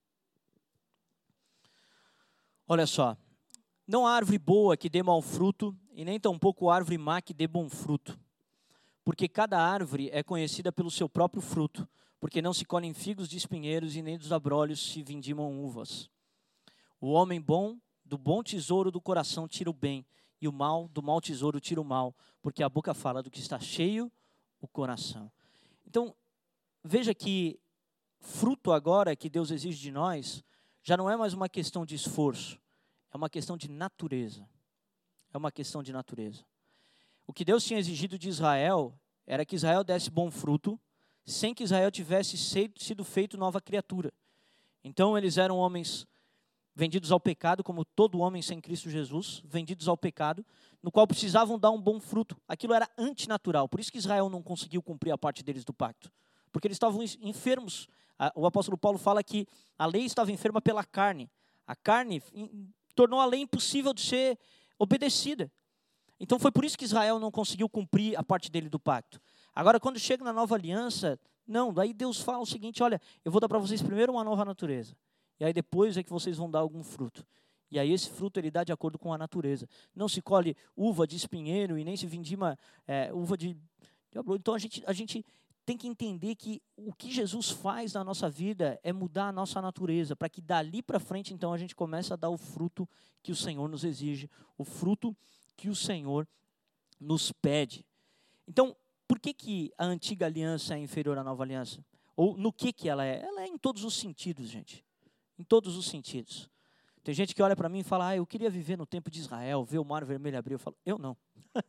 Olha só. Não há árvore boa que dê mau fruto, e nem tampouco árvore má que dê bom fruto. Porque cada árvore é conhecida pelo seu próprio fruto. Porque não se colhem figos de espinheiros e nem dos abrolhos se vindimam uvas. O homem bom, do bom tesouro do coração tira o bem, e o mal, do mau tesouro tira o mal, porque a boca fala do que está cheio o coração. Então, veja que fruto agora que Deus exige de nós, já não é mais uma questão de esforço, é uma questão de natureza. É uma questão de natureza. O que Deus tinha exigido de Israel, era que Israel desse bom fruto, sem que Israel tivesse sido feito nova criatura. Então eles eram homens vendidos ao pecado, como todo homem sem Cristo Jesus, vendidos ao pecado, no qual precisavam dar um bom fruto. Aquilo era antinatural, por isso que Israel não conseguiu cumprir a parte deles do pacto, porque eles estavam enfermos. O apóstolo Paulo fala que a lei estava enferma pela carne. A carne tornou a lei impossível de ser obedecida. Então foi por isso que Israel não conseguiu cumprir a parte dele do pacto. Agora, quando chega na nova aliança, não, daí Deus fala o seguinte, olha, eu vou dar para vocês primeiro uma nova natureza, e aí depois é que vocês vão dar algum fruto. E aí esse fruto ele dá de acordo com a natureza. Não se colhe uva de espinheiro e nem se vindima uva de abrolho. Então a gente tem que entender que o que Jesus faz na nossa vida é mudar a nossa natureza, para que dali para frente, então, a gente comece a dar o fruto que o Senhor nos exige, o fruto que o Senhor nos pede. Então, por que a antiga aliança é inferior à nova aliança? Ou no que ela é? Ela é em todos os sentidos, gente. Em todos os sentidos. Tem gente que olha para mim e fala, eu queria viver no tempo de Israel, ver o Mar Vermelho abrir. Eu falo, eu não.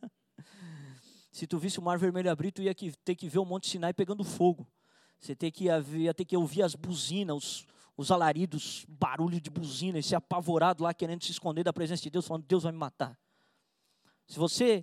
Se tu visse o Mar Vermelho abrir, tu ia ter que ver o Monte Sinai pegando fogo. Você ia ter que ouvir as buzinas, os alaridos, barulho de buzina, e ser apavorado lá, querendo se esconder da presença de Deus, falando, Deus vai me matar. Se você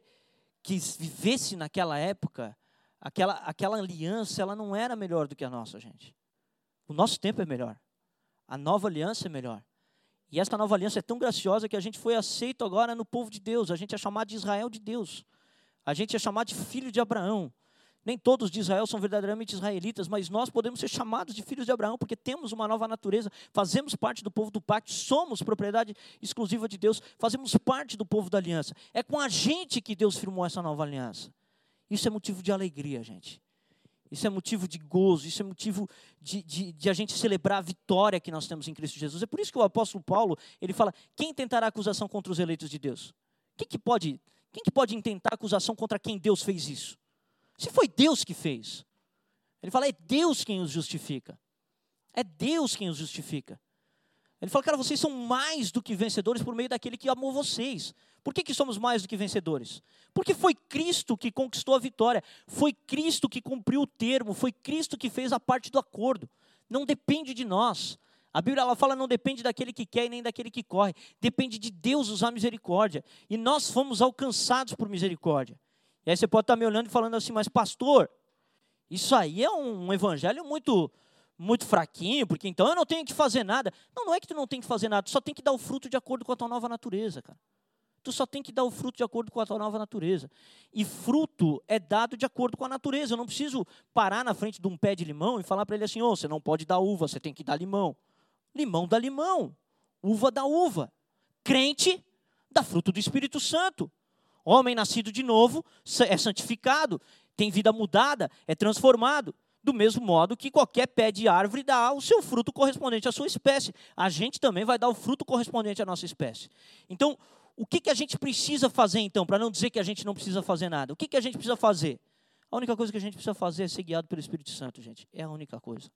vivesse naquela época, aquela aliança, ela não era melhor do que a nossa, gente. O nosso tempo é melhor. A nova aliança é melhor. E esta nova aliança é tão graciosa que a gente foi aceito agora no povo de Deus. A gente é chamado de Israel de Deus. A gente é chamado de filho de Abraão. Nem todos de Israel são verdadeiramente israelitas, mas nós podemos ser chamados de filhos de Abraão, porque temos uma nova natureza, fazemos parte do povo do pacto, somos propriedade exclusiva de Deus, fazemos parte do povo da aliança. É com a gente que Deus firmou essa nova aliança. Isso é motivo de alegria, gente. Isso é motivo de gozo, isso é motivo de a gente celebrar a vitória que nós temos em Cristo Jesus. É por isso que o apóstolo Paulo, ele fala, quem tentará acusação contra os eleitos de Deus? Quem que pode intentar acusação contra quem Deus fez isso? Se foi Deus que fez. Ele fala, é Deus quem os justifica. É Deus quem os justifica. Ele fala, cara, vocês são mais do que vencedores por meio daquele que amou vocês. Por que somos mais do que vencedores? Porque foi Cristo que conquistou a vitória. Foi Cristo que cumpriu o termo. Foi Cristo que fez a parte do acordo. Não depende de nós. A Bíblia ela fala, não depende daquele que quer e nem daquele que corre. Depende de Deus usar misericórdia. E nós fomos alcançados por misericórdia. E aí você pode estar me olhando e falando assim, mas pastor, isso aí é um evangelho muito fraquinho, porque então eu não tenho que fazer nada. Não é que tu não tem que fazer nada, tu só tem que dar o fruto de acordo com a tua nova natureza, cara. Tu só tem que dar o fruto de acordo com a tua nova natureza. E fruto é dado de acordo com a natureza. Eu não preciso parar na frente de um pé de limão e falar para ele assim, você não pode dar uva, você tem que dar limão. Limão dá limão, uva dá uva. Crente dá fruto do Espírito Santo. Homem nascido de novo é santificado, tem vida mudada, é transformado. Do mesmo modo que qualquer pé de árvore dá o seu fruto correspondente à sua espécie. A gente também vai dar o fruto correspondente à nossa espécie. Então, o que a gente precisa fazer, então, para não dizer que a gente não precisa fazer nada? O que a gente precisa fazer? A única coisa que a gente precisa fazer é ser guiado pelo Espírito Santo, gente. É a única coisa.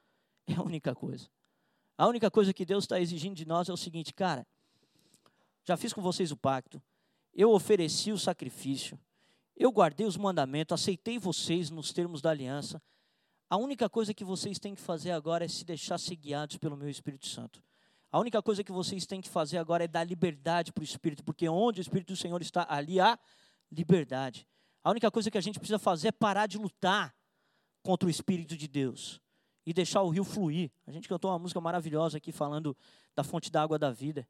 É a única coisa. A única coisa que Deus está exigindo de nós é o seguinte, cara, já fiz com vocês o pacto, eu ofereci o sacrifício, eu guardei os mandamentos, aceitei vocês nos termos da aliança. A única coisa que vocês têm que fazer agora é se deixar ser guiados pelo meu Espírito Santo. A única coisa que vocês têm que fazer agora é dar liberdade para o Espírito, porque onde o Espírito do Senhor está, ali há liberdade. A única coisa que a gente precisa fazer é parar de lutar contra o Espírito de Deus e deixar o rio fluir. A gente cantou uma música maravilhosa aqui falando da fonte da água da vida.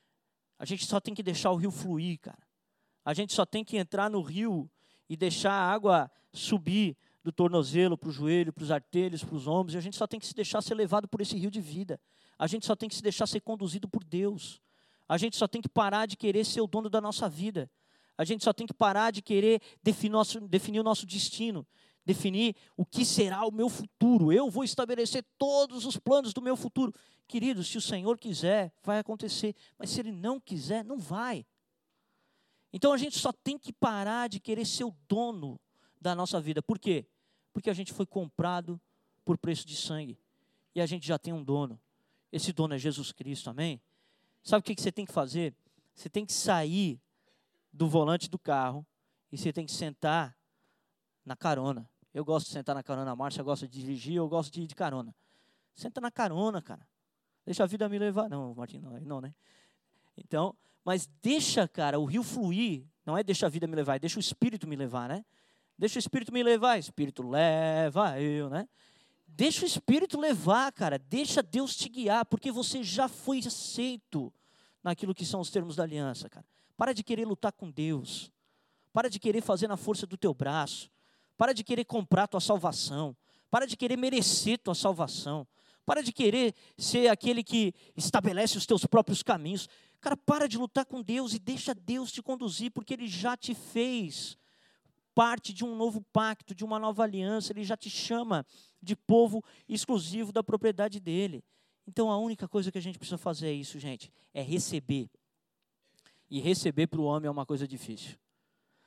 A gente só tem que deixar o rio fluir, cara. A gente só tem que entrar no rio e deixar a água subir do tornozelo para o joelho, para os artelhos, para os ombros. E a gente só tem que se deixar ser levado por esse rio de vida. A gente só tem que se deixar ser conduzido por Deus. A gente só tem que parar de querer ser o dono da nossa vida. A gente só tem que parar de querer definir o nosso destino. Definir o que será o meu futuro. Eu vou estabelecer todos os planos do meu futuro. Queridos, se o Senhor quiser, vai acontecer. Mas se Ele não quiser, não vai. Então a gente só tem que parar de querer ser o dono da nossa vida. Por quê? Porque a gente foi comprado por preço de sangue. E a gente já tem um dono. Esse dono é Jesus Cristo, amém? Sabe o que você tem que fazer? Você tem que sair do volante do carro e você tem que sentar na carona. Eu gosto de sentar na carona, a Márcia gosta de dirigir, eu gosto de ir de carona. Senta na carona, cara. Deixa a vida me levar. Não, Martim, não, né? Então, mas deixa, cara, o rio fluir. Não é deixa a vida me levar, é deixa o Espírito me levar, né? Deixa o Espírito me levar. Espírito leva eu, né? Deixa o Espírito levar, cara. Deixa Deus te guiar, porque você já foi aceito naquilo que são os termos da aliança, cara. Para de querer lutar com Deus. Para de querer fazer na força do teu braço. Para de querer comprar tua salvação. Para de querer merecer tua salvação. Para de querer ser aquele que estabelece os teus próprios caminhos. Cara, para de lutar com Deus e deixa Deus te conduzir, porque Ele já te fez parte de um novo pacto, de uma nova aliança. Ele já te chama de povo exclusivo da propriedade dEle. Então a única coisa que a gente precisa fazer é isso, gente, é receber. E receber para o homem é uma coisa difícil.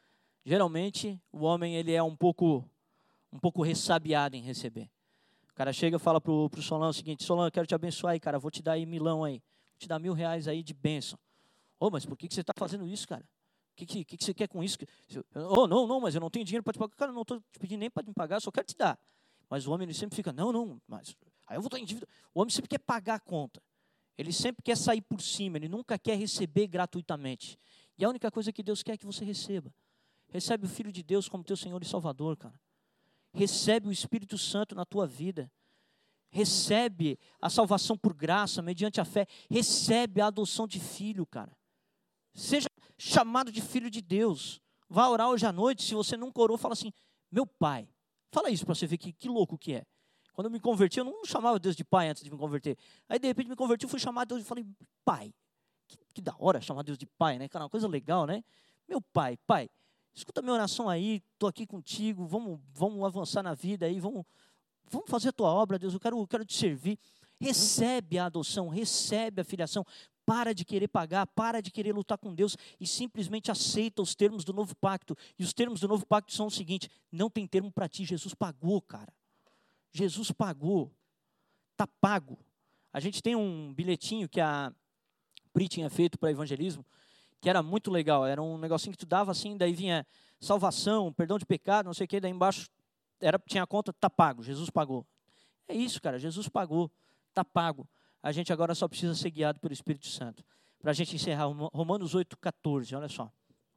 Geralmente, o homem ele é um pouco ressabiado em receber. O cara chega e fala pro Solano o seguinte: Solano, eu quero te abençoar aí, cara, vou te dar aí milão aí, vou te dar R$ 1.000 aí de bênção. Mas por que você está fazendo isso, cara? O que você quer com isso? Não, mas eu não tenho dinheiro para te pagar. Cara, eu não estou te pedindo nem para me pagar, eu só quero te dar. Mas o homem ele sempre fica, não, mas aí eu vou estar em dívida. O homem sempre quer pagar a conta. Ele sempre quer sair por cima, ele nunca quer receber gratuitamente. E a única coisa que Deus quer é que você receba. Recebe o Filho de Deus como teu Senhor e Salvador, cara. Recebe o Espírito Santo na tua vida. Recebe a salvação por graça, mediante a fé. Recebe a adoção de filho, cara. Seja chamado de filho de Deus. Vá orar hoje à noite. Se você nunca orou, fala assim: meu pai. Fala isso para você ver que louco que é. Quando eu me converti, eu não chamava Deus de pai antes de me converter. Aí, de repente, me converti, eu fui chamar Deus e falei: pai. Que da hora chamar Deus de pai, né? Cara, uma coisa legal, né? Meu pai, escuta a minha oração aí, estou aqui contigo, vamos avançar na vida aí, vamos fazer a tua obra, Deus, eu quero te servir. Recebe a adoção, recebe a filiação. Para de querer pagar, para de querer lutar com Deus e simplesmente aceita os termos do novo pacto. E os termos do novo pacto são o seguinte: não tem termo para ti, Jesus pagou, cara. Jesus pagou, está pago. A gente tem um bilhetinho que a Pri tinha feito para evangelismo, que era muito legal. Era um negocinho que tu dava assim, daí vinha salvação, perdão de pecado, não sei o que, daí embaixo tinha a conta, está pago, Jesus pagou. É isso, cara, Jesus pagou, está pago. A gente agora só precisa ser guiado pelo Espírito Santo. Para a gente encerrar, Romanos 8,14, olha só.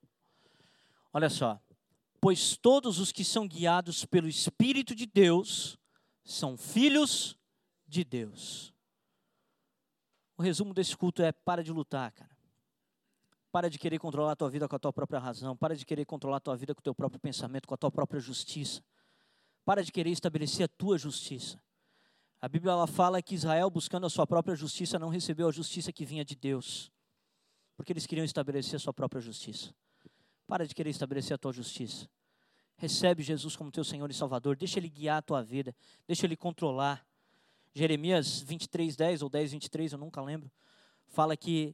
Olha só. Pois todos os que são guiados pelo Espírito de Deus são filhos de Deus. O resumo desse culto é: para de lutar, cara. Para de querer controlar a tua vida com a tua própria razão. Para de querer controlar a tua vida com o teu próprio pensamento, com a tua própria justiça. Para de querer estabelecer a tua justiça. A Bíblia ela fala que Israel, buscando a sua própria justiça, não recebeu a justiça que vinha de Deus. Porque eles queriam estabelecer a sua própria justiça. Para de querer estabelecer a tua justiça. Recebe Jesus como teu Senhor e Salvador. Deixa Ele guiar a tua vida. Deixa Ele controlar. Jeremias 23:10 ou 10:23, eu nunca lembro, fala que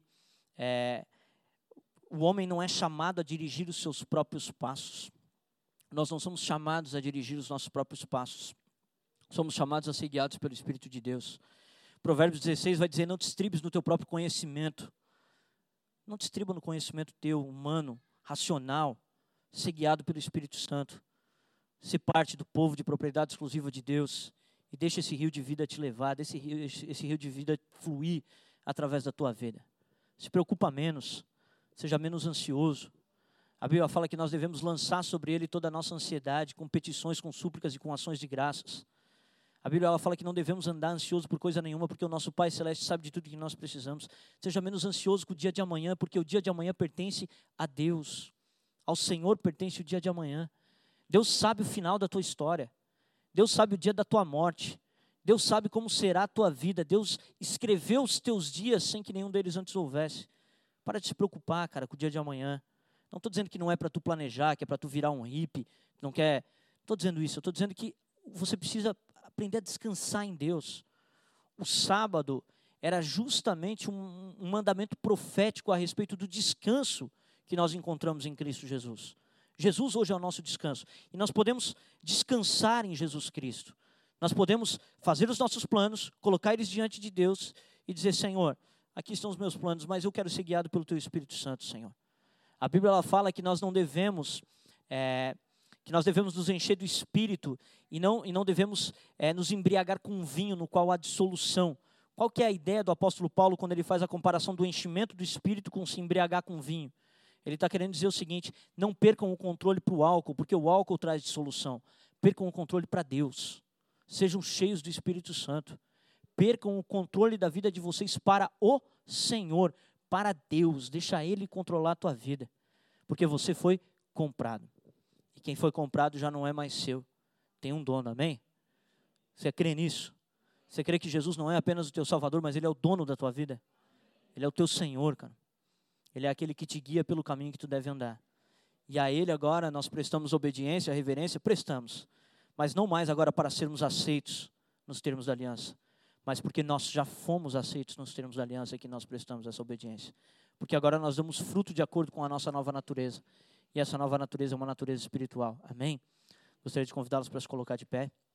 o homem não é chamado a dirigir os seus próprios passos. Nós não somos chamados a dirigir os nossos próprios passos. Somos chamados a ser guiados pelo Espírito de Deus. Provérbios 16 vai dizer: não te estribes no teu próprio conhecimento. Não te estriba no conhecimento teu, humano, racional. Ser guiado pelo Espírito Santo. Ser parte do povo de propriedade exclusiva de Deus. E deixa esse rio de vida te levar, deixa esse rio de vida fluir através da tua vida. Se preocupa menos, seja menos ansioso. A Bíblia fala que nós devemos lançar sobre Ele toda a nossa ansiedade, com petições, com súplicas e com ações de graças. A Bíblia ela fala que não devemos andar ansioso por coisa nenhuma, porque o nosso Pai Celeste sabe de tudo que nós precisamos. Seja menos ansioso com o dia de amanhã, porque o dia de amanhã pertence a Deus. Ao Senhor pertence o dia de amanhã. Deus sabe o final da tua história. Deus sabe o dia da tua morte. Deus sabe como será a tua vida. Deus escreveu os teus dias sem que nenhum deles antes houvesse. Para de se preocupar, cara, com o dia de amanhã. Não estou dizendo que não é para tu planejar, que é para tu virar um hippie. Não quer. Estou dizendo isso. Eu estou dizendo que você precisa aprender a descansar em Deus. O sábado era justamente um mandamento profético a respeito do descanso que nós encontramos em Cristo Jesus. Jesus hoje é o nosso descanso. E nós podemos descansar em Jesus Cristo. Nós podemos fazer os nossos planos, colocar eles diante de Deus e dizer: Senhor, aqui estão os meus planos, mas eu quero ser guiado pelo Teu Espírito Santo, Senhor. A Bíblia ela fala que nós não devemos, nos encher do Espírito e não devemos nos embriagar com um vinho no qual há dissolução. Qual que é a ideia do apóstolo Paulo quando ele faz a comparação do enchimento do Espírito com se embriagar com vinho? Ele está querendo dizer o seguinte: não percam o controle para o álcool, porque o álcool traz dissolução. Percam o controle para Deus. Sejam cheios do Espírito Santo. Percam o controle da vida de vocês para o Senhor, para Deus. Deixa Ele controlar a tua vida, porque você foi comprado. E quem foi comprado já não é mais seu. Tem um dono, amém? Você crê nisso? Você crê que Jesus não é apenas o teu Salvador, mas Ele é o dono da tua vida? Ele é o teu Senhor, cara. Ele é aquele que te guia pelo caminho que tu deve andar. E a Ele agora nós prestamos obediência, reverência, prestamos. Mas não mais agora para sermos aceitos nos termos da aliança. Mas porque nós já fomos aceitos nos termos da aliança que nós prestamos essa obediência. Porque agora nós damos fruto de acordo com a nossa nova natureza. E essa nova natureza é uma natureza espiritual. Amém? Gostaria de convidá-los para se colocar de pé.